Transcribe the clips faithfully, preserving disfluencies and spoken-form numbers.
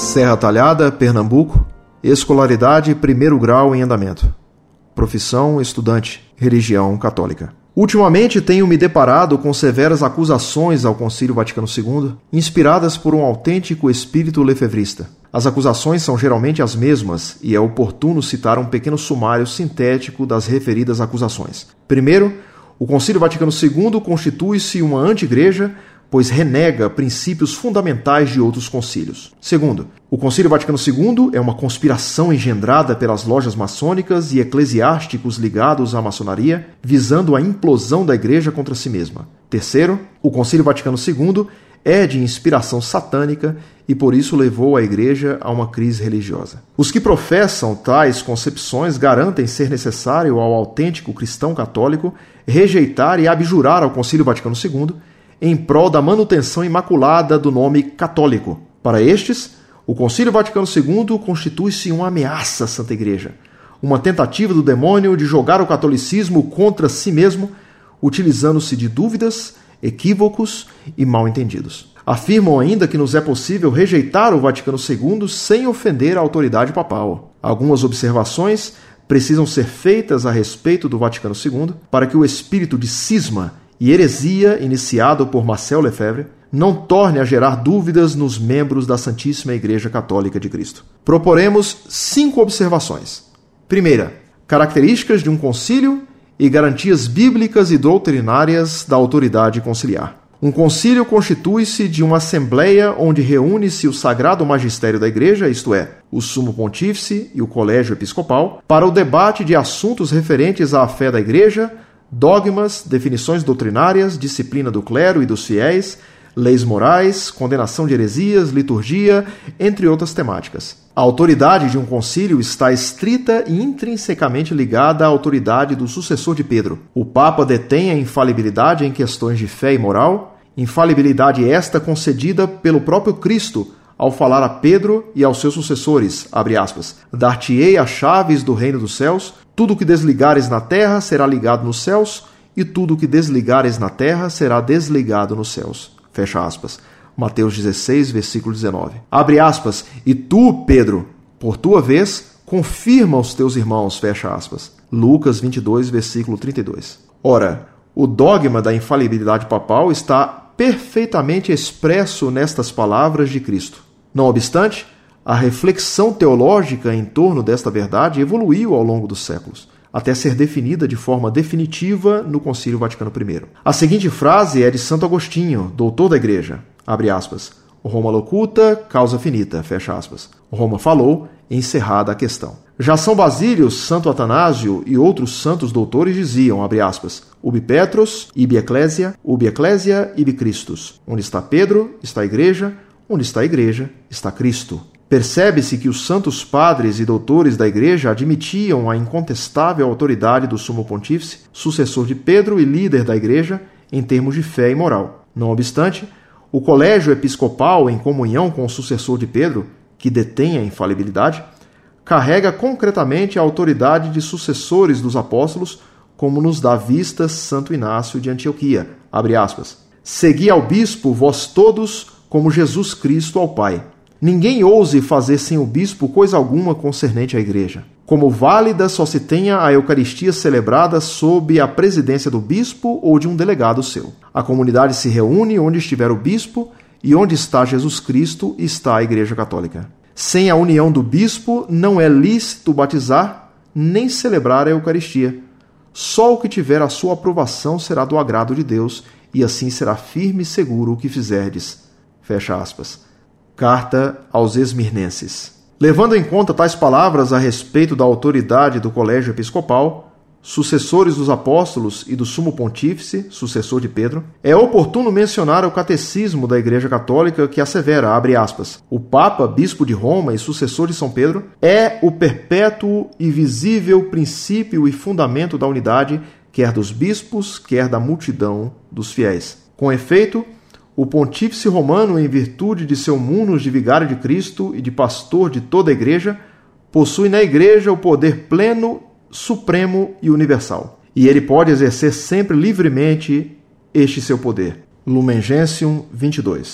Serra Talhada, Pernambuco. Escolaridade primeiro grau em andamento. Profissão estudante. Religião católica. Ultimamente tenho me deparado com severas acusações ao Concílio Vaticano segundo, inspiradas por um autêntico espírito lefevrista. As acusações são geralmente as mesmas e é oportuno citar um pequeno sumário sintético das referidas acusações. Primeiro, o Concílio Vaticano segundo constitui-se uma anti-igreja, pois renega princípios fundamentais de outros concílios. Segundo, o Concílio Vaticano segundo é uma conspiração engendrada pelas lojas maçônicas e eclesiásticos ligados à maçonaria, visando a implosão da igreja contra si mesma. Terceiro, o Concílio Vaticano segundo é de inspiração satânica e por isso levou a igreja a uma crise religiosa. Os que professam tais concepções garantem ser necessário ao autêntico cristão católico rejeitar e abjurar ao Concílio Vaticano segundo em prol da manutenção imaculada do nome católico. Para estes, o Concílio Vaticano segundo constitui-se uma ameaça à Santa Igreja, uma tentativa do demônio de jogar o catolicismo contra si mesmo, utilizando-se de dúvidas, equívocos e mal-entendidos. Afirmam ainda que nos é possível rejeitar o Vaticano segundo sem ofender a autoridade papal. Algumas observações precisam ser feitas a respeito do Vaticano segundo para que o espírito de cisma e heresia iniciado por Marcel Lefebvre não torne a gerar dúvidas nos membros da Santíssima Igreja Católica de Cristo. Proporemos cinco observações. Primeira, características de um concílio e garantias bíblicas e doutrinárias da autoridade conciliar. Um concílio constitui-se de uma assembleia onde reúne-se o sagrado magistério da Igreja, isto é, o Sumo Pontífice e o Colégio Episcopal, para o debate de assuntos referentes à fé da Igreja, dogmas, definições doutrinárias, disciplina do clero e dos fiéis, leis morais, condenação de heresias, liturgia, entre outras temáticas. A autoridade de um concílio está estrita e intrinsecamente ligada à autoridade do sucessor de Pedro. O Papa detém a infalibilidade em questões de fé e moral, infalibilidade esta concedida pelo próprio Cristo ao falar a Pedro e aos seus sucessores, abre aspas, dar-te-ei as chaves do reino dos céus, tudo o que desligares na terra será ligado nos céus, e tudo o que desligares na terra será desligado nos céus. Fecha aspas. Mateus dezesseis, versículo dezenove. Abre aspas. E tu, Pedro, por tua vez, confirma os teus irmãos. Fecha aspas. Lucas vinte e dois, versículo trinta e dois. Ora, o dogma da infalibilidade papal está perfeitamente expresso nestas palavras de Cristo. Não obstante, a reflexão teológica em torno desta verdade evoluiu ao longo dos séculos, até ser definida de forma definitiva no Concílio Vaticano I. A seguinte frase é de Santo Agostinho, doutor da Igreja, abre aspas, Roma locuta, causa finita, fecha aspas. Roma falou, encerrada a questão. Já São Basílio, Santo Atanásio e outros santos doutores diziam, abre aspas, ubi Petros, ibi Ecclesia, ubi Ecclesia, ibi Christus. Onde está Pedro, está a Igreja, onde está a Igreja, está Cristo. Percebe-se que os santos padres e doutores da Igreja admitiam a incontestável autoridade do Sumo Pontífice, sucessor de Pedro e líder da Igreja, em termos de fé e moral. Não obstante, o Colégio Episcopal, em comunhão com o sucessor de Pedro, que detém a infalibilidade, carrega concretamente a autoridade de sucessores dos apóstolos, como nos dá vista Santo Inácio de Antioquia, abre aspas, segui ao bispo vós todos como Jesus Cristo ao Pai. Ninguém ouse fazer sem o bispo coisa alguma concernente à Igreja. Como válida só se tenha a Eucaristia celebrada sob a presidência do bispo ou de um delegado seu. A comunidade se reúne onde estiver o bispo e onde está Jesus Cristo está a Igreja Católica. Sem a união do bispo não é lícito batizar nem celebrar a Eucaristia. Só o que tiver a sua aprovação será do agrado de Deus e assim será firme e seguro o que fizerdes. Fecha aspas. Carta aos Esmirnenses. Levando em conta tais palavras a respeito da autoridade do Colégio Episcopal, sucessores dos apóstolos e do Sumo Pontífice, sucessor de Pedro, é oportuno mencionar o Catecismo da Igreja Católica que assevera, abre aspas, o Papa, Bispo de Roma e sucessor de São Pedro, é o perpétuo e visível princípio e fundamento da unidade, quer dos bispos, quer da multidão dos fiéis. Com efeito, o Pontífice Romano, em virtude de seu munus de vigário de Cristo e de pastor de toda a Igreja, possui na Igreja o poder pleno, supremo e universal. E ele pode exercer sempre livremente este seu poder. Lumen Gentium vinte e dois.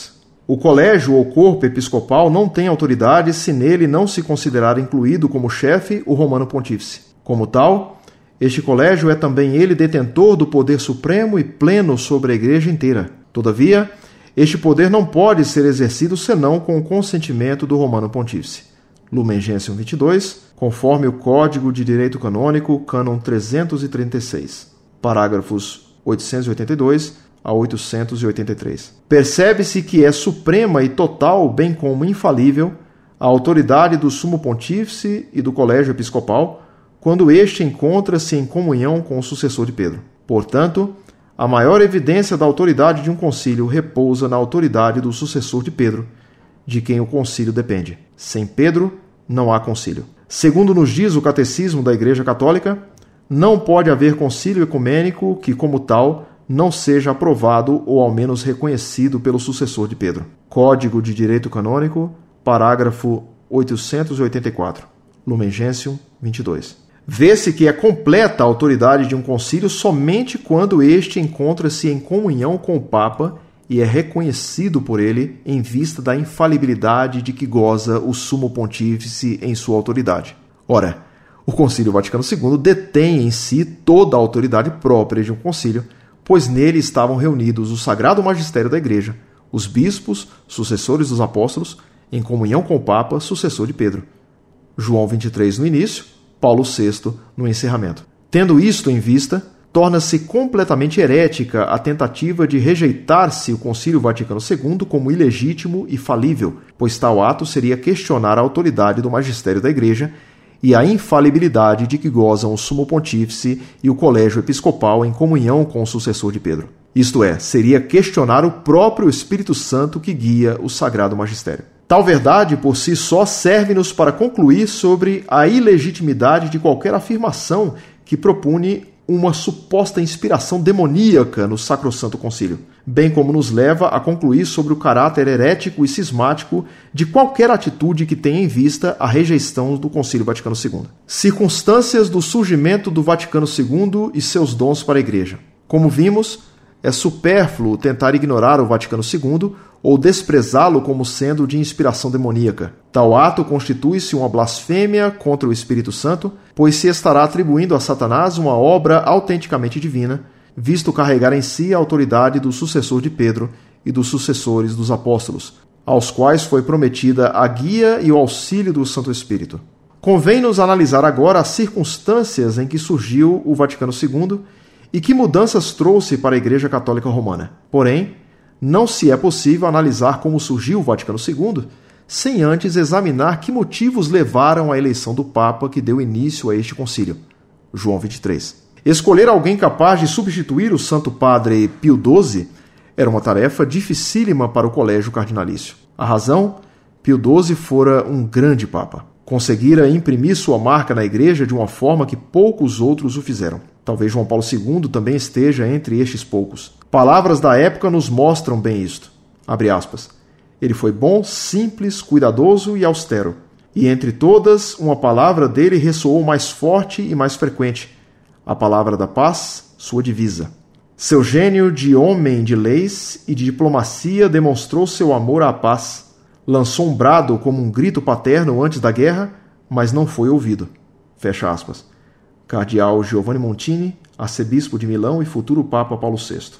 O colégio ou corpo episcopal não tem autoridade se nele não se considerar incluído como chefe o romano pontífice. Como tal, este colégio é também ele detentor do poder supremo e pleno sobre a Igreja inteira. Todavia, este poder não pode ser exercido senão com o consentimento do romano pontífice. Lumen Gentium vinte e dois, conforme o Código de Direito Canônico, cânon trezentos e trinta e seis, parágrafos oitocentos e oitenta e dois a oitocentos e oitenta e três. Percebe-se que é suprema e total, bem como infalível, a autoridade do Sumo Pontífice e do Colégio Episcopal, quando este encontra-se em comunhão com o sucessor de Pedro. Portanto, a maior evidência da autoridade de um concílio repousa na autoridade do sucessor de Pedro, de quem o concílio depende. Sem Pedro, não há concílio. Segundo nos diz o Catecismo da Igreja Católica, não pode haver concílio ecumênico que, como tal, não seja aprovado ou ao menos reconhecido pelo sucessor de Pedro. Código de Direito Canônico, parágrafo oitocentos e oitenta e quatro, Lumen Gentium vinte e dois. Vê-se que é completa a autoridade de um concílio somente quando este encontra-se em comunhão com o Papa e é reconhecido por ele em vista da infalibilidade de que goza o Sumo Pontífice em sua autoridade. Ora, o Concílio Vaticano segundo detém em si toda a autoridade própria de um concílio, pois nele estavam reunidos o Sagrado Magistério da Igreja, os bispos, sucessores dos apóstolos, em comunhão com o Papa, sucessor de Pedro. João vinte e três no início, Paulo sexto no encerramento. Tendo isto em vista, torna-se completamente herética a tentativa de rejeitar-se o Concílio Vaticano segundo como ilegítimo e falível, pois tal ato seria questionar a autoridade do magistério da Igreja e a infalibilidade de que gozam o Sumo Pontífice e o Colégio Episcopal em comunhão com o sucessor de Pedro. Isto é, seria questionar o próprio Espírito Santo que guia o Sagrado Magistério. Tal verdade, por si só, serve-nos para concluir sobre a ilegitimidade de qualquer afirmação que propune uma suposta inspiração demoníaca no Sacrosanto Concílio, bem como nos leva a concluir sobre o caráter herético e cismático de qualquer atitude que tenha em vista a rejeição do Concílio Vaticano segundo. Circunstâncias do surgimento do Vaticano segundo e seus dons para a Igreja. Como vimos, é supérfluo tentar ignorar o Vaticano segundo ou desprezá-lo como sendo de inspiração demoníaca. Tal ato constitui-se uma blasfêmia contra o Espírito Santo, pois se estará atribuindo a Satanás uma obra autenticamente divina, visto carregar em si a autoridade do sucessor de Pedro e dos sucessores dos apóstolos, aos quais foi prometida a guia e o auxílio do Santo Espírito. Convém-nos analisar agora as circunstâncias em que surgiu o Vaticano segundo e que mudanças trouxe para a Igreja Católica Romana. Porém, não se é possível analisar como surgiu o Vaticano segundo sem antes examinar que motivos levaram à eleição do Papa que deu início a este concílio. João vinte e três. Escolher alguém capaz de substituir o Santo Padre Pio doze era uma tarefa dificílima para o colégio cardinalício. A razão? Pio doze fora um grande Papa. Conseguira imprimir sua marca na Igreja de uma forma que poucos outros o fizeram. Talvez João Paulo segundo também esteja entre estes poucos. Palavras da época nos mostram bem isto. Abre aspas. Ele foi bom, simples, cuidadoso e austero. E entre todas, uma palavra dele ressoou mais forte e mais frequente. A palavra da paz, sua divisa. Seu gênio de homem de leis e de diplomacia demonstrou seu amor à paz. Lançou um brado como um grito paterno antes da guerra, mas não foi ouvido. Fecha aspas. Cardeal Giovanni Montini, arcebispo de Milão e futuro Papa Paulo sexto.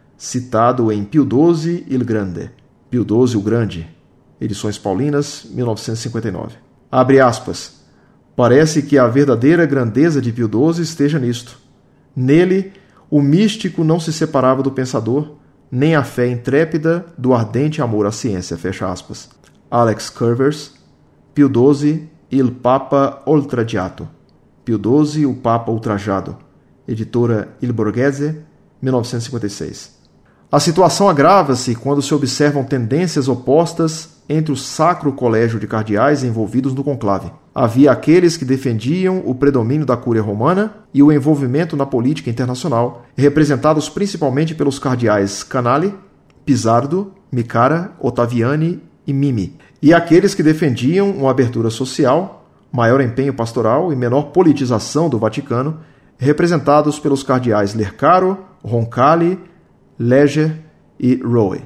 Citado em Pio doze Il Grande. Pio doze o Grande. Edições Paulinas, mil novecentos e cinquenta e nove. Abre aspas. Parece que a verdadeira grandeza de Pio doze esteja nisto. Nele, o místico não se separava do pensador, nem a fé intrépida do ardente amor à ciência. Fecha aspas. Alex Curvers, Pio doze, Il Papa Oltraggiato. Pio doze, o Papa Ultrajado. Editora Il Borghese, mil novecentos e cinquenta e seis. A situação agrava-se quando se observam tendências opostas entre o Sacro Colégio de Cardeais envolvidos no conclave. Havia aqueles que defendiam o predomínio da Cúria Romana e o envolvimento na política internacional, representados principalmente pelos cardeais Canali, Pizardo, Micara, Ottaviani e Mimi. E aqueles que defendiam uma abertura social, maior empenho pastoral e menor politização do Vaticano, representados pelos cardeais Lercaro, Roncalli, Leger e Rowe.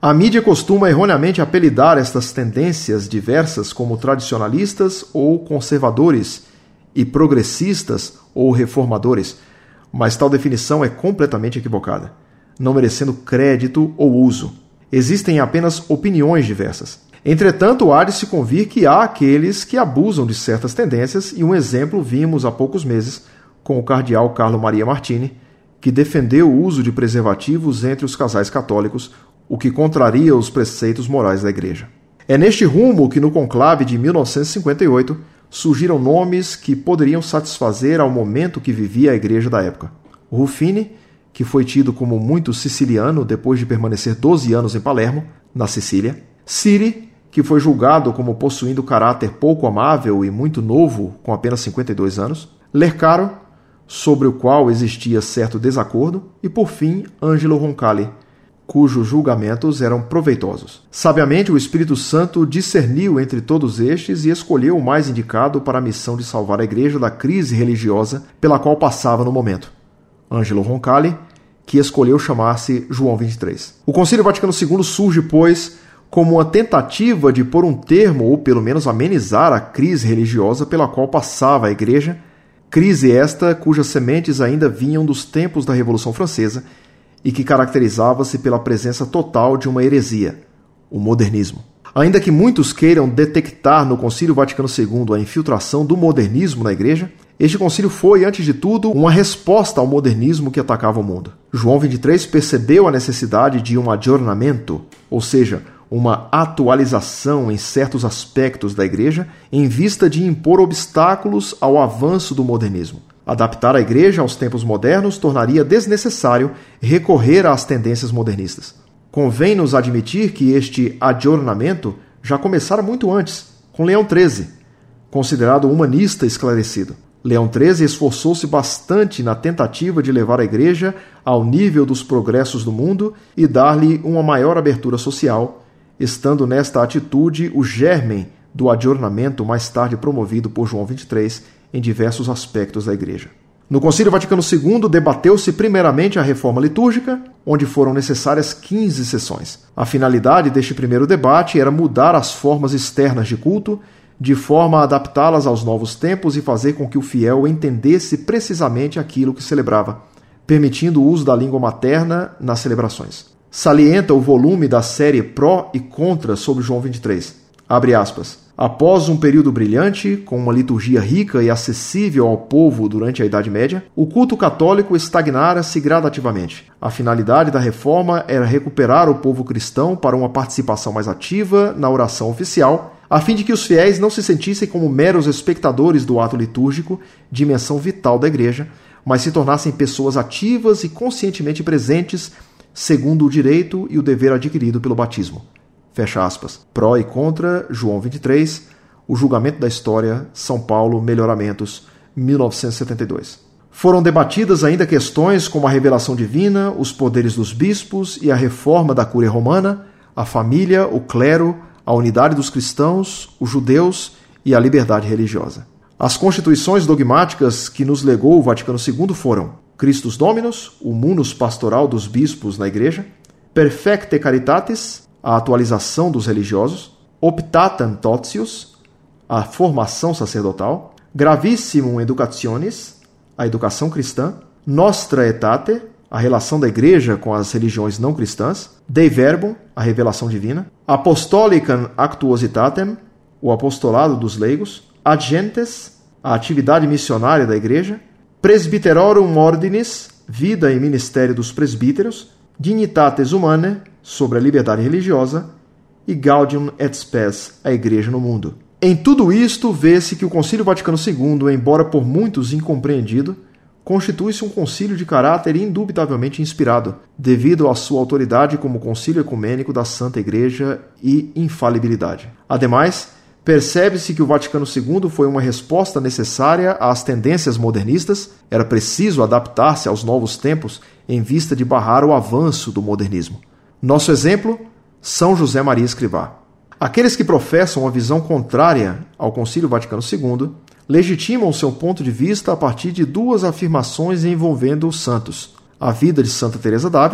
A mídia costuma erroneamente apelidar estas tendências diversas como tradicionalistas ou conservadores e progressistas ou reformadores, mas tal definição é completamente equivocada, não merecendo crédito ou uso. Existem apenas opiniões diversas. Entretanto, há de se convir que há aqueles que abusam de certas tendências, e um exemplo vimos há poucos meses com o cardeal Carlo Maria Martini, que defendeu o uso de preservativos entre os casais católicos, o que contraria os preceitos morais da Igreja. É neste rumo que, no conclave de mil novecentos e cinquenta e oito, surgiram nomes que poderiam satisfazer ao momento que vivia a Igreja da época. Ruffini, que foi tido como muito siciliano depois de permanecer doze anos em Palermo, na Sicília. Siri, que foi julgado como possuindo caráter pouco amável e muito novo, com apenas cinquenta e dois anos. Lercaro, sobre o qual existia certo desacordo. E, por fim, Angelo Roncalli, cujos julgamentos eram proveitosos. Sabiamente, o Espírito Santo discerniu entre todos estes e escolheu o mais indicado para a missão de salvar a Igreja da crise religiosa pela qual passava no momento. Angelo Roncalli, que escolheu chamar-se João vinte e três. O Concílio Vaticano segundo surge, pois, como uma tentativa de pôr um termo, ou pelo menos amenizar a crise religiosa pela qual passava a Igreja, crise esta cujas sementes ainda vinham dos tempos da Revolução Francesa e que caracterizava-se pela presença total de uma heresia, o modernismo. Ainda que muitos queiram detectar no Concílio Vaticano segundo a infiltração do modernismo na Igreja, este concílio foi, antes de tudo, uma resposta ao modernismo que atacava o mundo. João vinte e três percebeu a necessidade de um aggiornamento, ou seja, uma atualização em certos aspectos da Igreja, em vista de impor obstáculos ao avanço do modernismo. Adaptar a Igreja aos tempos modernos tornaria desnecessário recorrer às tendências modernistas. Convém-nos admitir que este aggiornamento já começara muito antes, com Leão treze, considerado humanista esclarecido. Leão treze esforçou-se bastante na tentativa de levar a Igreja ao nível dos progressos do mundo e dar-lhe uma maior abertura social, estando nesta atitude o germen do aggiornamento mais tarde promovido por João vinte e três em diversos aspectos da Igreja. No Concílio Vaticano segundo, debateu-se primeiramente a reforma litúrgica, onde foram necessárias quinze sessões. A finalidade deste primeiro debate era mudar as formas externas de culto, de forma a adaptá-las aos novos tempos e fazer com que o fiel entendesse precisamente aquilo que celebrava, permitindo o uso da língua materna nas celebrações. Salienta o volume da série Pró e Contra sobre João vinte e três. Abre aspas. Após um período brilhante, com uma liturgia rica e acessível ao povo durante a Idade Média, o culto católico estagnara-se gradativamente. A finalidade da reforma era recuperar o povo cristão para uma participação mais ativa na oração oficial, a fim de que os fiéis não se sentissem como meros espectadores do ato litúrgico, dimensão vital da Igreja, mas se tornassem pessoas ativas e conscientemente presentes, segundo o direito e o dever adquirido pelo batismo. Fecha aspas. Pró e contra, João vinte e três, O julgamento da história, São Paulo, Melhoramentos, mil novecentos e setenta e dois. Foram debatidas ainda questões como a revelação divina, os poderes dos bispos e a reforma da Cúria Romana, a família, o clero, a unidade dos cristãos, os judeus e a liberdade religiosa. As constituições dogmáticas que nos legou o Vaticano segundo foram Christus Dominus, o munus pastoral dos bispos na Igreja, Perfecte Caritatis, a atualização dos religiosos, Optatam Totius, a formação sacerdotal, Gravissimum Educationis, a educação cristã, Nostra Aetate, a relação da Igreja com as religiões não cristãs, Dei Verbum, a revelação divina, Apostolicam Actuositatem, o apostolado dos leigos, Ad Gentes, a atividade missionária da Igreja, Presbyterorum Ordinis, vida e ministério dos presbíteros, Dignitates Humanae, sobre a liberdade religiosa, e Gaudium et Spes, a Igreja no mundo. Em tudo isto, vê-se que o Concílio Vaticano segundo, embora por muitos incompreendido, constitui-se um concílio de caráter indubitavelmente inspirado, devido à sua autoridade como concílio ecumênico da Santa Igreja e infalibilidade. Ademais, percebe-se que o Vaticano segundo foi uma resposta necessária às tendências modernistas, era preciso adaptar-se aos novos tempos em vista de barrar o avanço do modernismo. Nosso exemplo, São José Maria Escrivá. Aqueles que professam uma visão contrária ao Concílio Vaticano segundo legitimam seu ponto de vista a partir de duas afirmações envolvendo os santos: a vida de Santa Teresa d'Ávila,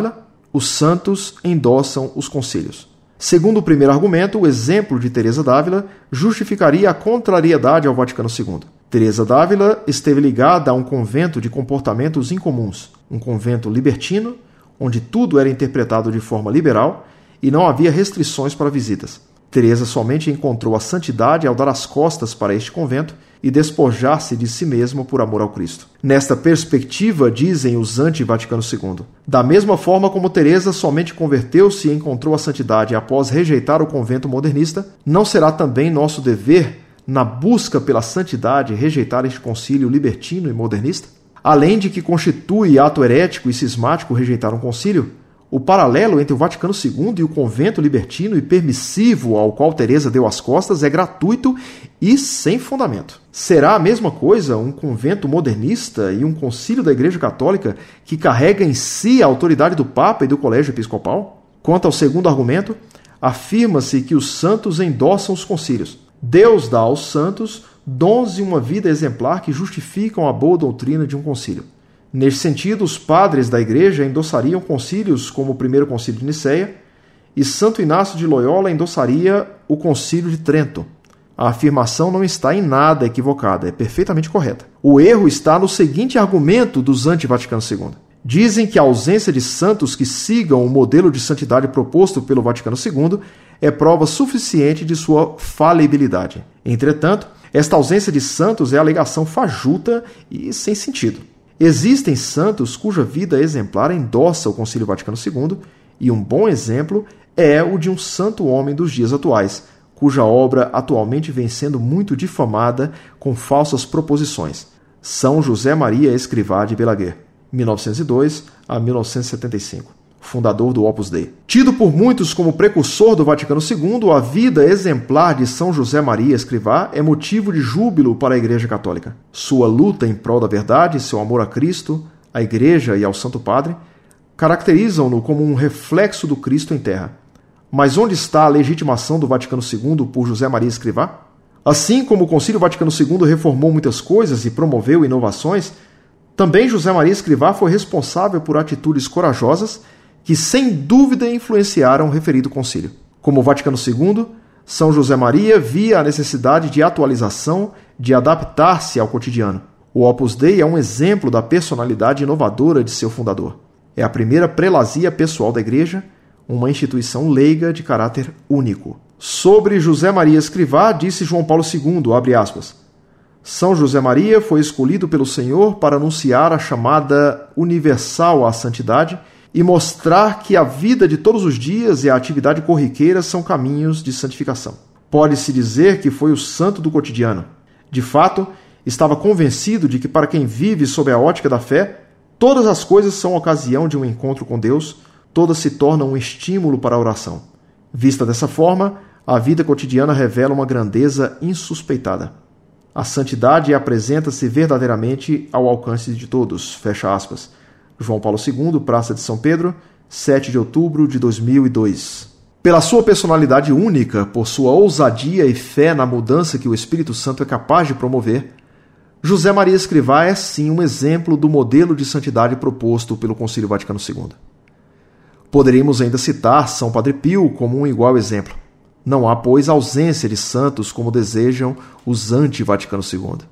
Os santos endossam os concílios. Segundo o primeiro argumento, o exemplo de Teresa d'Ávila justificaria a contrariedade ao Vaticano segundo. Teresa d'Ávila esteve ligada a um convento de comportamentos incomuns, um convento libertino, onde tudo era interpretado de forma liberal e não havia restrições para visitas. Teresa somente encontrou a santidade ao dar as costas para este convento e despojar-se de si mesmo por amor ao Cristo. Nesta perspectiva, dizem os anti-Vaticano segundo. Da mesma forma como Teresa somente converteu-se e encontrou a santidade após rejeitar o convento modernista, não será também nosso dever, na busca pela santidade, rejeitar este concílio libertino e modernista? Além de que constitui ato herético e cismático rejeitar um concílio, o paralelo entre o Vaticano segundo e o convento libertino e permissivo ao qual Teresa deu as costas é gratuito e sem fundamento. Será a mesma coisa um convento modernista e um concílio da Igreja Católica que carrega em si a autoridade do Papa e do Colégio Episcopal? Quanto ao segundo argumento, afirma-se que os santos endossam os concílios. Deus dá aos santos dons e uma vida exemplar que justificam a boa doutrina de um concílio. Neste sentido, os padres da Igreja endossariam concílios como o primeiro concílio de Nicéia e Santo Inácio de Loyola endossaria o concílio de Trento. A afirmação não está em nada equivocada, é perfeitamente correta. O erro está no seguinte argumento dos anti-Vaticano segundo. Dizem que a ausência de santos que sigam o modelo de santidade proposto pelo Vaticano segundo é prova suficiente de sua falibilidade. Entretanto, esta ausência de santos é alegação fajuta e sem sentido. Existem santos cuja vida exemplar endossa o Concílio Vaticano segundo, e um bom exemplo é o de um santo homem dos dias atuais, cuja obra atualmente vem sendo muito difamada com falsas proposições. São José Maria Escrivá de Balaguer, mil novecentos e dois a mil novecentos e setenta e cinco. Fundador do Opus Dei. Tido por muitos como precursor do Vaticano segundo, a vida exemplar de São José Maria Escrivá é motivo de júbilo para a Igreja Católica. Sua luta em prol da verdade, seu amor a Cristo, à Igreja e ao Santo Padre, caracterizam-no como um reflexo do Cristo em terra. Mas onde está a legitimação do Vaticano segundo por José Maria Escrivá? Assim como o Concílio Vaticano segundo reformou muitas coisas e promoveu inovações, também José Maria Escrivá foi responsável por atitudes corajosas que sem dúvida influenciaram o referido concílio. Como o Vaticano segundo, São José Maria via a necessidade de atualização, de adaptar-se ao cotidiano. O Opus Dei é um exemplo da personalidade inovadora de seu fundador. É a primeira prelazia pessoal da Igreja, uma instituição leiga de caráter único. Sobre José Maria Escrivá, disse João Paulo segundo, abre aspas, São José Maria foi escolhido pelo Senhor para anunciar a chamada universal à santidade e mostrar que a vida de todos os dias e a atividade corriqueira são caminhos de santificação. Pode-se dizer que foi o santo do cotidiano. De fato, estava convencido de que para quem vive sob a ótica da fé, todas as coisas são ocasião de um encontro com Deus, todas se tornam um estímulo para a oração. Vista dessa forma, a vida cotidiana revela uma grandeza insuspeitada. A santidade apresenta-se verdadeiramente ao alcance de todos. Fecha aspas. João Paulo segundo, Praça de São Pedro, sete de outubro de dois mil e dois. Pela sua personalidade única, por sua ousadia e fé na mudança que o Espírito Santo é capaz de promover, José Maria Escrivá é sim um exemplo do modelo de santidade proposto pelo Concílio Vaticano segundo. Poderíamos ainda citar São Padre Pio como um igual exemplo. Não há, pois, ausência de santos como desejam os anti-Vaticano segundo.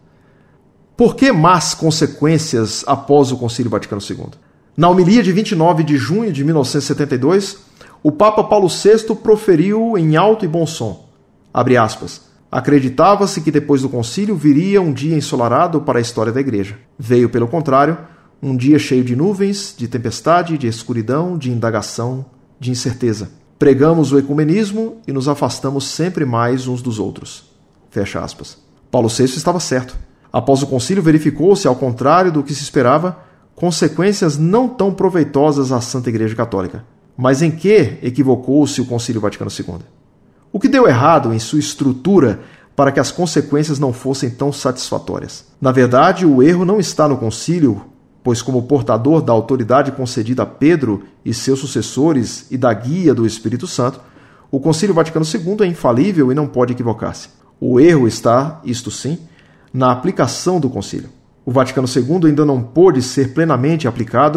Por que más consequências após o Concílio Vaticano segundo? Na homilia de vinte e nove de junho de mil novecentos e setenta e dois, o Papa Paulo sexto proferiu em alto e bom som, abre aspas, acreditava-se que depois do concílio viria um dia ensolarado para a história da Igreja. Veio, pelo contrário, um dia cheio de nuvens, de tempestade, de escuridão, de indagação, de incerteza. Pregamos o ecumenismo e nos afastamos sempre mais uns dos outros. Fecha aspas. Paulo sexto estava certo. Após o concílio, verificou-se, ao contrário do que se esperava, consequências não tão proveitosas à Santa Igreja Católica. Mas em que equivocou-se o Concílio Vaticano segundo? O que deu errado em sua estrutura para que as consequências não fossem tão satisfatórias? Na verdade, o erro não está no concílio, pois como portador da autoridade concedida a Pedro e seus sucessores e da guia do Espírito Santo, o Concílio Vaticano segundo é infalível e não pode equivocar-se. O erro está, isto sim, na aplicação do concílio. O Vaticano segundo ainda não pôde ser plenamente aplicado,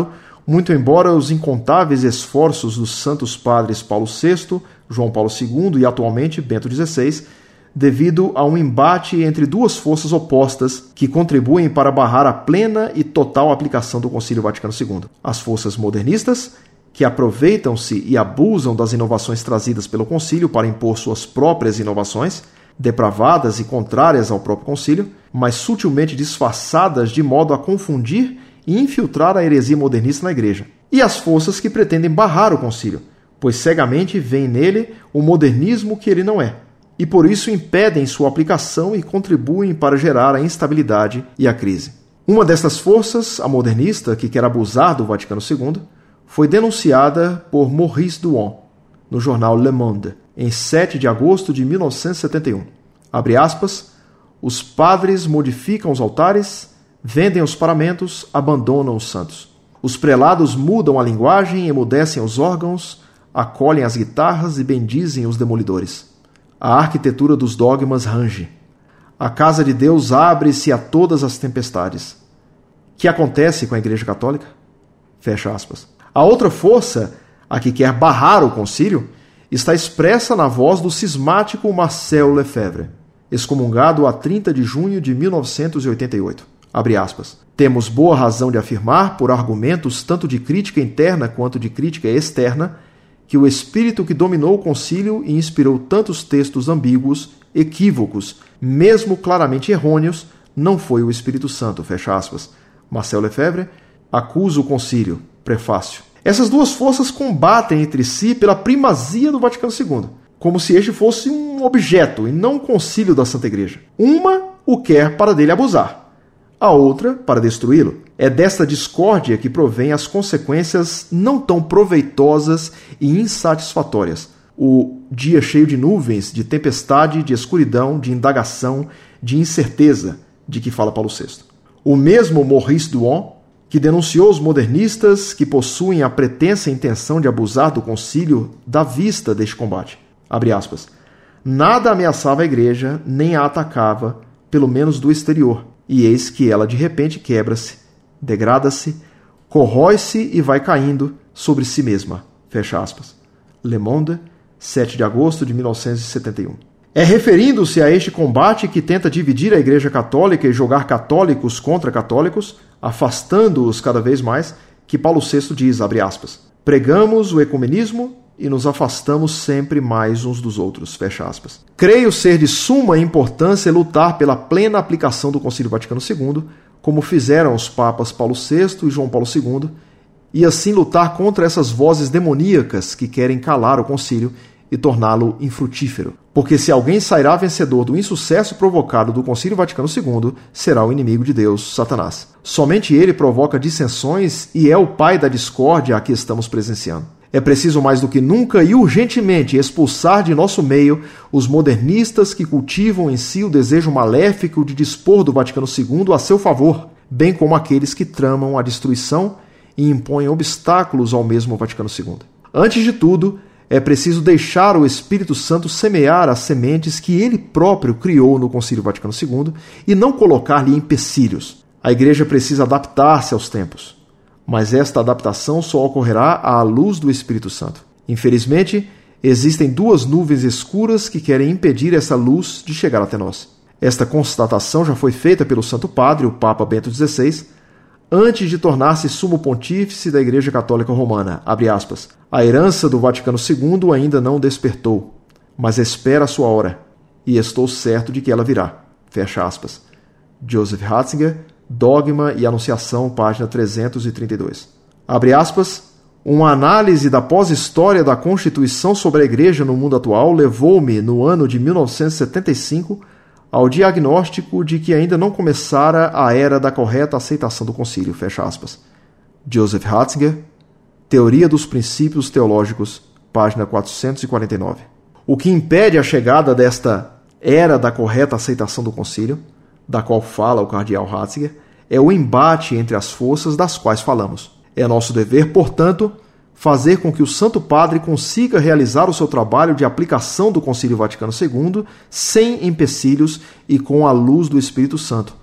Muito embora os incontáveis esforços dos santos padres Paulo sexto, João Paulo segundo e atualmente Bento dezesseis, devido a um embate entre duas forças opostas que contribuem para barrar a plena e total aplicação do Concílio Vaticano segundo. As forças modernistas, que aproveitam-se e abusam das inovações trazidas pelo concílio para impor suas próprias inovações, depravadas e contrárias ao próprio concílio, mas sutilmente disfarçadas de modo a confundir e infiltrar a heresia modernista na igreja. E as forças que pretendem barrar o concílio, pois cegamente veem nele o modernismo que ele não é, e por isso impedem sua aplicação e contribuem para gerar a instabilidade e a crise. Uma destas forças, a modernista, que quer abusar do Vaticano segundo, foi denunciada por Maurice Duan, no jornal Le Monde, em sete de agosto de mil novecentos e setenta e um. Abre aspas, os padres modificam os altares, vendem os paramentos, abandonam os santos. Os prelados mudam a linguagem, emudecem os órgãos, acolhem as guitarras e bendizem os demolidores. A arquitetura dos dogmas range. A casa de Deus abre-se a todas as tempestades. Que acontece com a Igreja Católica? Fecha aspas. A outra força, a que quer barrar o concílio, está expressa na voz do cismático Marcel Lefebvre, excomungado a trinta de junho de mil novecentos e oitenta e oito. Abre aspas. Temos boa razão de afirmar, por argumentos tanto de crítica interna quanto de crítica externa, que o espírito que dominou o concílio e inspirou tantos textos ambíguos, equívocos, mesmo claramente errôneos, não foi o Espírito Santo, fecha aspas. Marcel Lefebvre acusa o concílio. Prefácio. Essas duas forças combatem entre si pela primazia do Vaticano segundo, como se este fosse um objeto e não um concílio da Santa Igreja. Uma o quer para dele abusar, a outra para destruí-lo. É desta discórdia que provém as consequências não tão proveitosas e insatisfatórias. O dia cheio de nuvens, de tempestade, de escuridão, de indagação, de incerteza, de que fala Paulo sexto. O mesmo Maurice Duan, que denunciou os modernistas que possuem a pretensa intenção de abusar do concílio, dá vista deste combate. Abre aspas. Nada ameaçava a igreja, nem a atacava, pelo menos do exterior. E eis que ela de repente quebra-se, degrada-se, corrói-se e vai caindo sobre si mesma. Fecha aspas. Le Monde, sete de agosto de mil novecentos e setenta e um. É referindo-se a este combate que tenta dividir a Igreja Católica e jogar católicos contra católicos, afastando-os cada vez mais, que Paulo sexto diz, abre aspas, pregamos o ecumenismo e nos afastamos sempre mais uns dos outros, fecha aspas. Creio ser de suma importância lutar pela plena aplicação do Concílio Vaticano segundo, como fizeram os papas Paulo sexto e João Paulo segundo, e assim lutar contra essas vozes demoníacas que querem calar o concílio e torná-lo infrutífero. Porque se alguém sairá vencedor do insucesso provocado do Concílio Vaticano segundo, será o inimigo de Deus, Satanás. Somente ele provoca dissensões e é o pai da discórdia a que estamos presenciando. É preciso mais do que nunca e urgentemente expulsar de nosso meio os modernistas que cultivam em si o desejo maléfico de dispor do Vaticano segundo a seu favor, bem como aqueles que tramam a destruição e impõem obstáculos ao mesmo Vaticano segundo. Antes de tudo, é preciso deixar o Espírito Santo semear as sementes que ele próprio criou no Concílio Vaticano segundo e não colocar-lhe empecilhos. A Igreja precisa adaptar-se aos tempos, mas esta adaptação só ocorrerá à luz do Espírito Santo. Infelizmente, existem duas nuvens escuras que querem impedir essa luz de chegar até nós. Esta constatação já foi feita pelo Santo Padre, o Papa Bento dezesseis, antes de tornar-se sumo pontífice da Igreja Católica Romana, abre aspas, a herança do Vaticano segundo ainda não despertou, mas espera a sua hora, e estou certo de que ela virá, fecha aspas. Joseph Ratzinger, Dogma e Anunciação, página trezentos e trinta e dois. Abre aspas, uma análise da pós-história da Constituição sobre a Igreja no mundo atual levou-me, no ano de mil novecentos e setenta e cinco, ao diagnóstico de que ainda não começara a era da correta aceitação do concílio, fecha aspas. Joseph Ratzinger, Teoria dos Princípios Teológicos, página quatrocentos e quarenta e nove. O que impede a chegada desta era da correta aceitação do concílio, da qual fala o cardeal Ratzinger, é o embate entre as forças das quais falamos. É nosso dever, portanto, fazer com que o Santo Padre consiga realizar o seu trabalho de aplicação do Concílio Vaticano segundo sem empecilhos e com a luz do Espírito Santo,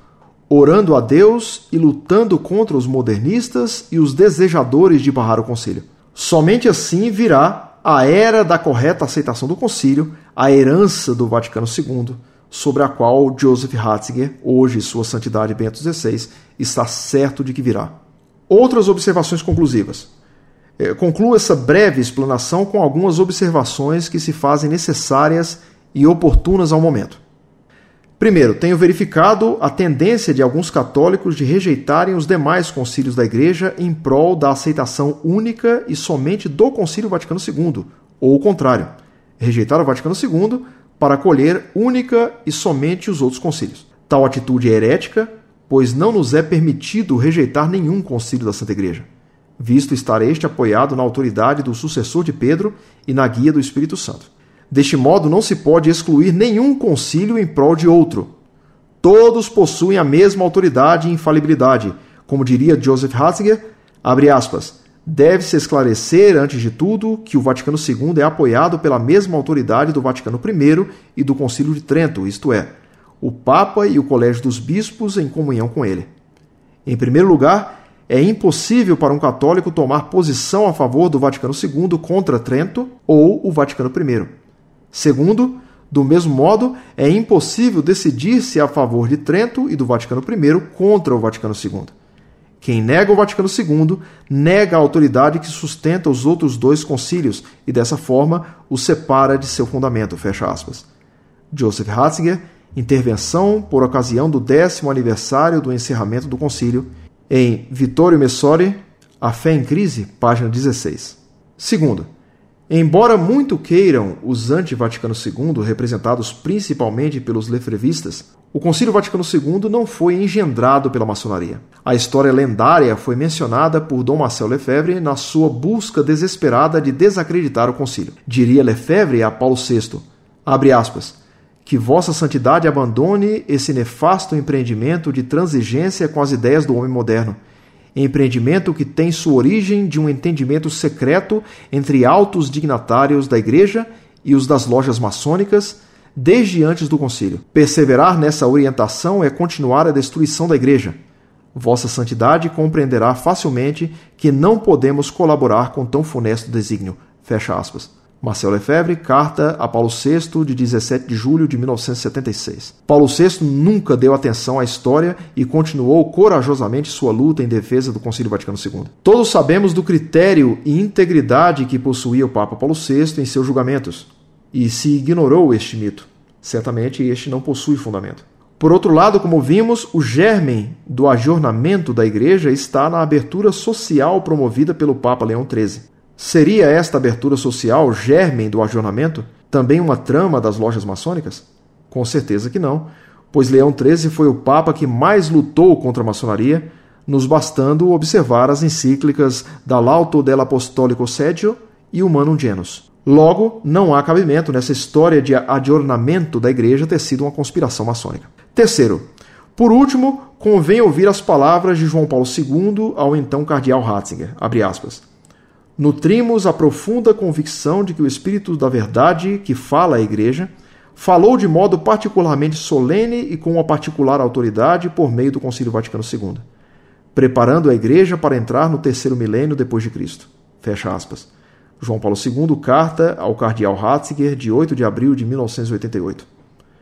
orando a Deus e lutando contra os modernistas e os desejadores de barrar o concílio. Somente assim virá a era da correta aceitação do concílio, a herança do Vaticano segundo, sobre a qual Joseph Ratzinger, hoje Sua Santidade Bento dezesseis, está certo de que virá. Outras observações conclusivas. Concluo essa breve explanação com algumas observações que se fazem necessárias e oportunas ao momento. Primeiro, tenho verificado a tendência de alguns católicos de rejeitarem os demais concílios da Igreja em prol da aceitação única e somente do Concílio Vaticano segundo, ou o contrário, rejeitar o Vaticano segundo para acolher única e somente os outros concílios. Tal atitude é herética, pois não nos é permitido rejeitar nenhum concílio da Santa Igreja, visto estar este apoiado na autoridade do sucessor de Pedro e na guia do Espírito Santo. Deste modo, não se pode excluir nenhum concílio em prol de outro. Todos possuem a mesma autoridade e infalibilidade. Como diria Joseph Ratzinger, abre aspas, deve-se esclarecer, antes de tudo, que o Vaticano segundo é apoiado pela mesma autoridade do Vaticano primeiro e do Concílio de Trento, isto é, o Papa e o Colégio dos Bispos em comunhão com ele. Em primeiro lugar, é impossível para um católico tomar posição a favor do Vaticano segundo contra Trento ou o Vaticano primeiro. Segundo, do mesmo modo, é impossível decidir-se a favor de Trento e do Vaticano primeiro contra o Vaticano segundo. Quem nega o Vaticano segundo nega a autoridade que sustenta os outros dois concílios e, dessa forma, os separa de seu fundamento. Fecha aspas. Joseph Ratzinger, intervenção por ocasião do décimo aniversário do encerramento do concílio, em Vittorio Messori, A Fé em Crise, página dezesseis. Segundo, embora muito queiram os anti-Vaticano segundo, representados principalmente pelos lefebvristas, o Concílio Vaticano segundo não foi engendrado pela maçonaria. A história lendária foi mencionada por Dom Marcel Lefebvre na sua busca desesperada de desacreditar o concílio. Diria Lefebvre a Paulo sexto, abre aspas, que Vossa Santidade abandone esse nefasto empreendimento de transigência com as ideias do homem moderno, empreendimento que tem sua origem de um entendimento secreto entre altos dignatários da Igreja e os das lojas maçônicas desde antes do concílio. Perseverar nessa orientação é continuar a destruição da Igreja. Vossa Santidade compreenderá facilmente que não podemos colaborar com tão funesto desígnio. Fecha aspas. Marcel Lefebvre, carta a Paulo sexto, de dezessete de julho de mil novecentos e setenta e seis. Paulo sexto nunca deu atenção à história e continuou corajosamente sua luta em defesa do Concílio Vaticano segundo. Todos sabemos do critério e integridade que possuía o Papa Paulo sexto em seus julgamentos, e se ignorou este mito. Certamente este não possui fundamento. Por outro lado, como vimos, o germen do ajornamento da Igreja está na abertura social promovida pelo Papa Leão treze. Seria esta abertura social, germen do ajornamento, também uma trama das lojas maçônicas? Com certeza que não, pois Leão treze foi o Papa que mais lutou contra a maçonaria, nos bastando observar as encíclicas da Laudato dell'Apostolico Seggio e Humanum Genus. Logo, não há cabimento nessa história de adornamento da Igreja ter sido uma conspiração maçônica. Terceiro, por último, convém ouvir as palavras de João Paulo segundo ao então cardeal Ratzinger, abre aspas, nutrimos a profunda convicção de que o Espírito da Verdade, que fala à Igreja, falou de modo particularmente solene e com uma particular autoridade por meio do Concílio Vaticano segundo, preparando a Igreja para entrar no terceiro milênio depois de Cristo. Fecha aspas. João Paulo segundo, carta ao cardeal Ratzinger, de oito de abril de mil novecentos e oitenta e oito.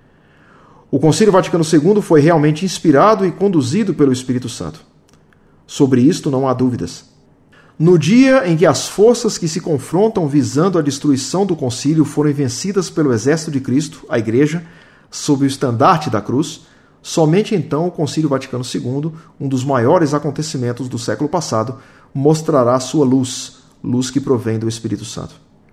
O Concílio Vaticano segundo foi realmente inspirado e conduzido pelo Espírito Santo. Sobre isto não há dúvidas. No dia em que as forças que se confrontam visando a destruição do concílio foram vencidas pelo exército de Cristo, a Igreja, sob o estandarte da cruz, somente então o Concílio Vaticano segundo, um dos maiores acontecimentos do século passado, mostrará sua luz, luz que provém do Espírito Santo.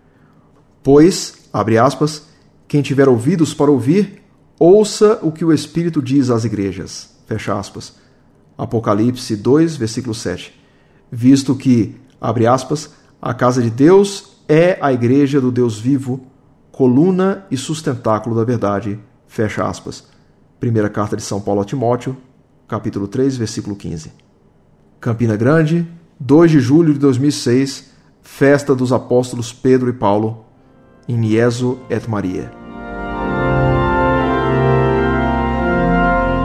Pois, abre aspas, quem tiver ouvidos para ouvir, ouça o que o Espírito diz às igrejas. Fecha aspas. Apocalipse dois, versículo sete. Visto que, abre aspas, a casa de Deus é a igreja do Deus vivo, coluna e sustentáculo da verdade, fecha aspas. Primeira carta de São Paulo a Timóteo, capítulo três, versículo quinze. Campina Grande, dois de julho de dois mil e seis, festa dos apóstolos Pedro e Paulo, in Iesu et Maria.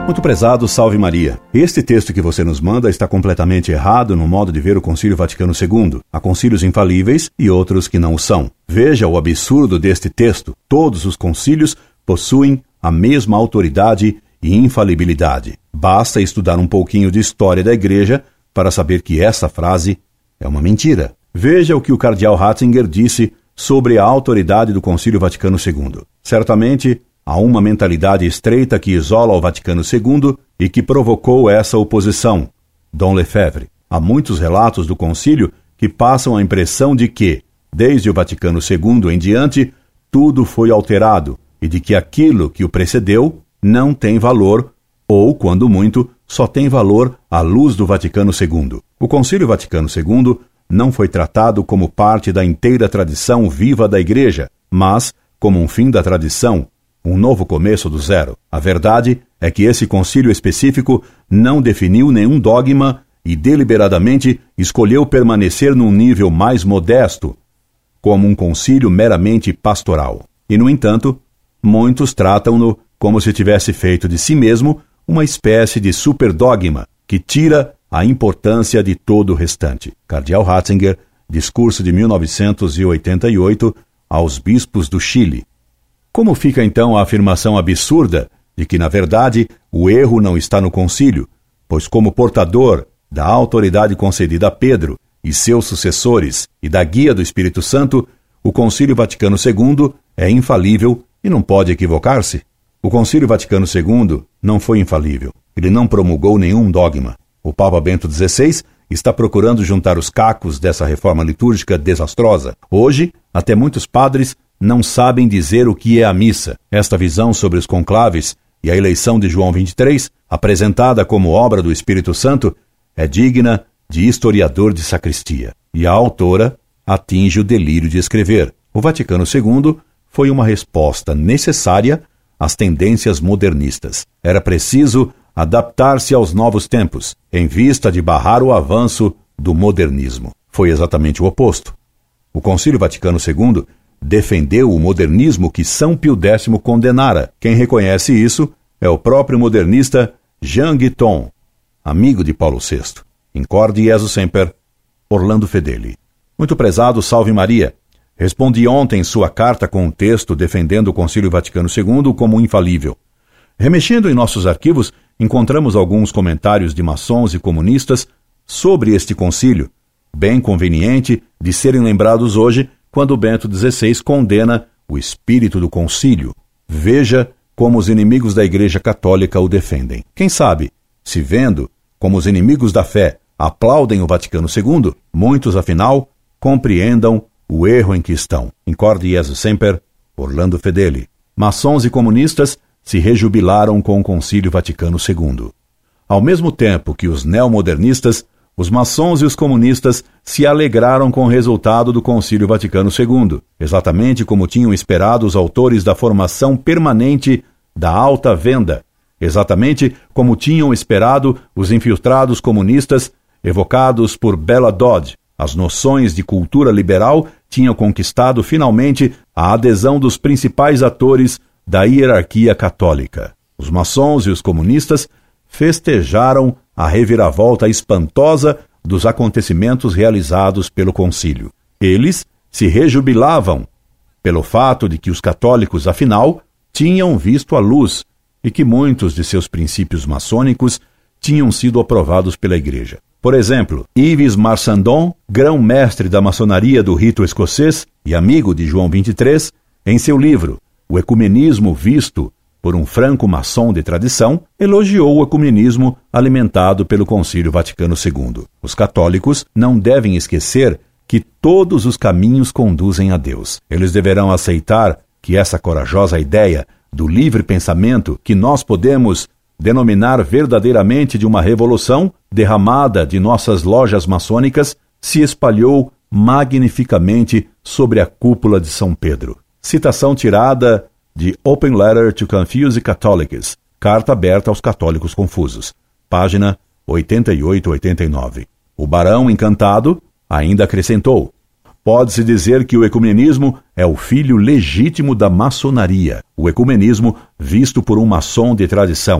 Muito prezado, salve Maria. Este texto que você nos manda está completamente errado no modo de ver o Concílio Vaticano segundo. Há concílios infalíveis e outros que não o são. Veja o absurdo deste texto. Todos os concílios possuem a mesma autoridade e infalibilidade. Basta estudar um pouquinho de história da Igreja para saber que essa frase é uma mentira. Veja o que o cardeal Ratzinger disse sobre a autoridade do Concílio Vaticano segundo. Certamente, há uma mentalidade estreita que isola o Vaticano segundo e que provocou essa oposição. Dom Lefebvre. Há muitos relatos do concílio que passam a impressão de que, desde o Vaticano segundo em diante, tudo foi alterado e de que aquilo que o precedeu não tem valor ou, quando muito, só tem valor à luz do Vaticano segundo. O Concílio Vaticano segundo não foi tratado como parte da inteira tradição viva da Igreja, mas como um fim da tradição, um novo começo do zero. A verdade é que esse concílio específico não definiu nenhum dogma e deliberadamente escolheu permanecer num nível mais modesto, como um concílio meramente pastoral. E, no entanto, muitos tratam-no como se tivesse feito de si mesmo uma espécie de superdogma que tira a importância de todo o restante. Cardeal Ratzinger, discurso de mil novecentos e oitenta e oito aos bispos do Chile. Como fica então a afirmação absurda de que, na verdade, o erro não está no concílio, pois como portador da autoridade concedida a Pedro e seus sucessores e da guia do Espírito Santo, o Concílio Vaticano segundo é infalível e não pode equivocar-se? O Concílio Vaticano segundo não foi infalível. Ele não promulgou nenhum dogma. O Papa Bento dezesseis está procurando juntar os cacos dessa reforma litúrgica desastrosa. Hoje, até muitos padres não sabem dizer o que é a missa. Esta visão sobre os conclaves e a eleição de João vinte e três, apresentada como obra do Espírito Santo, é digna de historiador de sacristia. E a autora atinge o delírio de escrever. O Vaticano segundo foi uma resposta necessária às tendências modernistas. Era preciso adaptar-se aos novos tempos, em vista de barrar o avanço do modernismo. Foi exatamente o oposto. O Concílio Vaticano segundo defendeu o modernismo que São Pio X condenara. Quem reconhece isso é o próprio modernista Jean Guiton, amigo de Paulo sexto. Incorde Jesus Semper, Orlando Fedeli. Muito prezado, salve Maria. Respondi ontem sua carta com um texto defendendo o Concílio Vaticano segundo como infalível. Remexendo em nossos arquivos, encontramos alguns comentários de maçons e comunistas sobre este concílio, bem conveniente de serem lembrados hoje quando Bento dezesseis condena o espírito do concílio. Veja como os inimigos da Igreja Católica o defendem. Quem sabe, se vendo como os inimigos da fé aplaudem o Vaticano segundo, muitos, afinal, compreendam o erro em que estão. Incorde Jesus Semper, Orlando Fedeli. Maçons e comunistas se rejubilaram com o Concílio Vaticano segundo. Ao mesmo tempo que os neomodernistas, os maçons e os comunistas se alegraram com o resultado do Concílio Vaticano segundo, exatamente como tinham esperado os autores da formação permanente da alta venda, exatamente como tinham esperado os infiltrados comunistas evocados por Bella Dodd. As noções de cultura liberal tinham conquistado finalmente a adesão dos principais atores da hierarquia católica. Os maçons e os comunistas festejaram a reviravolta espantosa dos acontecimentos realizados pelo concílio. Eles se rejubilavam pelo fato de que os católicos, afinal, tinham visto a luz e que muitos de seus princípios maçônicos tinham sido aprovados pela Igreja. Por exemplo, Yves Marsandon, grão-mestre da maçonaria do rito escocês e amigo de João vinte e três, em seu livro O Ecumenismo Visto por um franco-maçom de tradição, elogiou o ecumenismo alimentado pelo Concílio Vaticano segundo. Os católicos não devem esquecer que todos os caminhos conduzem a Deus. Eles deverão aceitar que essa corajosa ideia do livre pensamento, que nós podemos denominar verdadeiramente de uma revolução derramada de nossas lojas maçônicas, se espalhou magnificamente sobre a cúpula de São Pedro. Citação tirada de Open Letter to Confused Catholics, carta aberta aos católicos confusos, página oitenta e oito a oitenta e nove. O barão encantado ainda acrescentou: pode-se dizer que o ecumenismo é o filho legítimo da maçonaria, o ecumenismo visto por um maçom de tradição.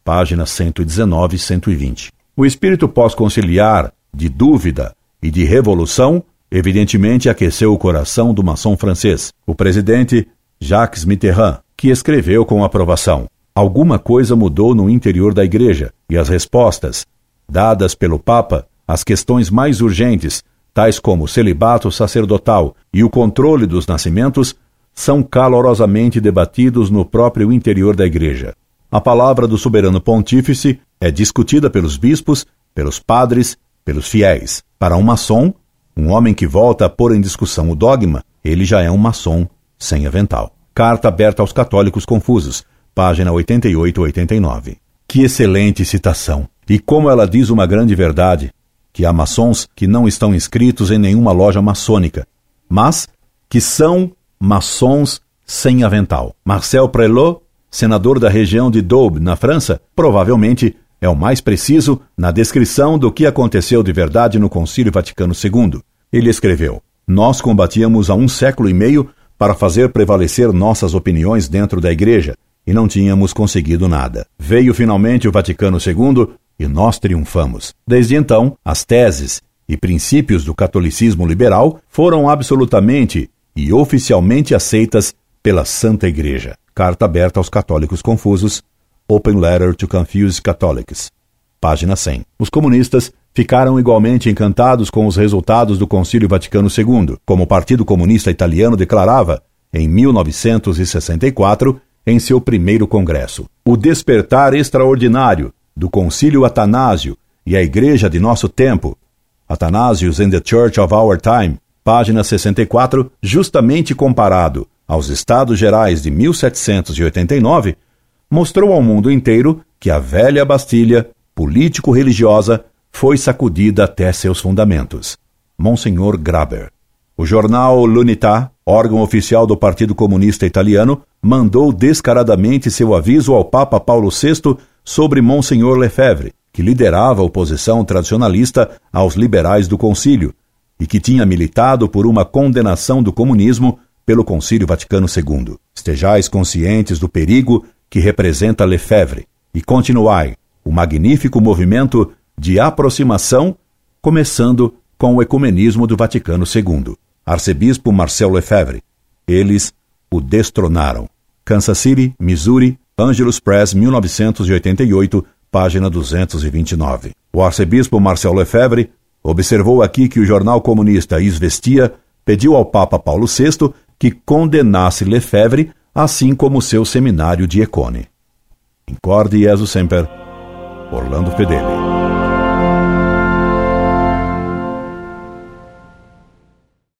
páginas cento e dezenove e cento e vinte. O espírito pós-conciliar, de dúvida e de revolução, evidentemente aqueceu o coração do maçom francês, o presidente Jacques Mitterrand, que escreveu com aprovação: alguma coisa mudou no interior da Igreja, e as respostas dadas pelo Papa às questões mais urgentes, tais como o celibato sacerdotal e o controle dos nascimentos, são calorosamente debatidos no próprio interior da Igreja. A palavra do soberano pontífice é discutida pelos bispos, pelos padres, pelos fiéis. Para um maçom, um homem que volta a pôr em discussão o dogma, ele já é um maçom sem avental. Carta aberta aos católicos confusos, página oitenta e oito a oitenta e nove. Que excelente citação! E como ela diz uma grande verdade, que há maçons que não estão inscritos em nenhuma loja maçônica, mas que são maçons sem avental. Marcel Prelot, senador da região de Doubs, na França, provavelmente é o mais preciso na descrição do que aconteceu de verdade no Concílio Vaticano segundo. Ele escreveu: nós combatíamos há um século e meio para fazer prevalecer nossas opiniões dentro da Igreja, e não tínhamos conseguido nada. Veio finalmente o Vaticano segundo e nós triunfamos. Desde então, as teses e princípios do catolicismo liberal foram absolutamente e oficialmente aceitas pela Santa Igreja. Carta aberta aos católicos confusos, Open Letter to Confused Catholics, página cem. Os comunistas ficaram igualmente encantados com os resultados do Concílio Vaticano segundo, como o Partido Comunista Italiano declarava, em mil novecentos e sessenta e quatro, em seu primeiro congresso. O despertar extraordinário do Concílio Atanásio e a Igreja de nosso tempo, Athanasius and the Church of Our Time, página sessenta e quatro, justamente comparado aos Estados Gerais de mil setecentos e oitenta e nove, mostrou ao mundo inteiro que a velha Bastilha, político-religiosa, foi sacudida até seus fundamentos. Monsenhor Graber. O jornal L'Unità, órgão oficial do Partido Comunista Italiano, mandou descaradamente seu aviso ao Papa Paulo sexto sobre Monsenhor Lefebvre, que liderava a oposição tradicionalista aos liberais do concílio e que tinha militado por uma condenação do comunismo pelo Concílio Vaticano segundo. Estejais conscientes do perigo que representa Lefebvre e continuai o magnífico movimento de aproximação, começando com o ecumenismo do Vaticano segundo. Arcebispo Marcel Lefebvre. Eles o destronaram. Kansas City, Missouri, Angelus Press, mil novecentos e oitenta e oito, página duzentos e vinte e nove. O arcebispo Marcel Lefebvre observou aqui que o jornal comunista Izvestia pediu ao Papa Paulo sexto que condenasse Lefebvre, assim como seu seminário de Econe. Incorde Jesus Semper, Orlando Fedeli.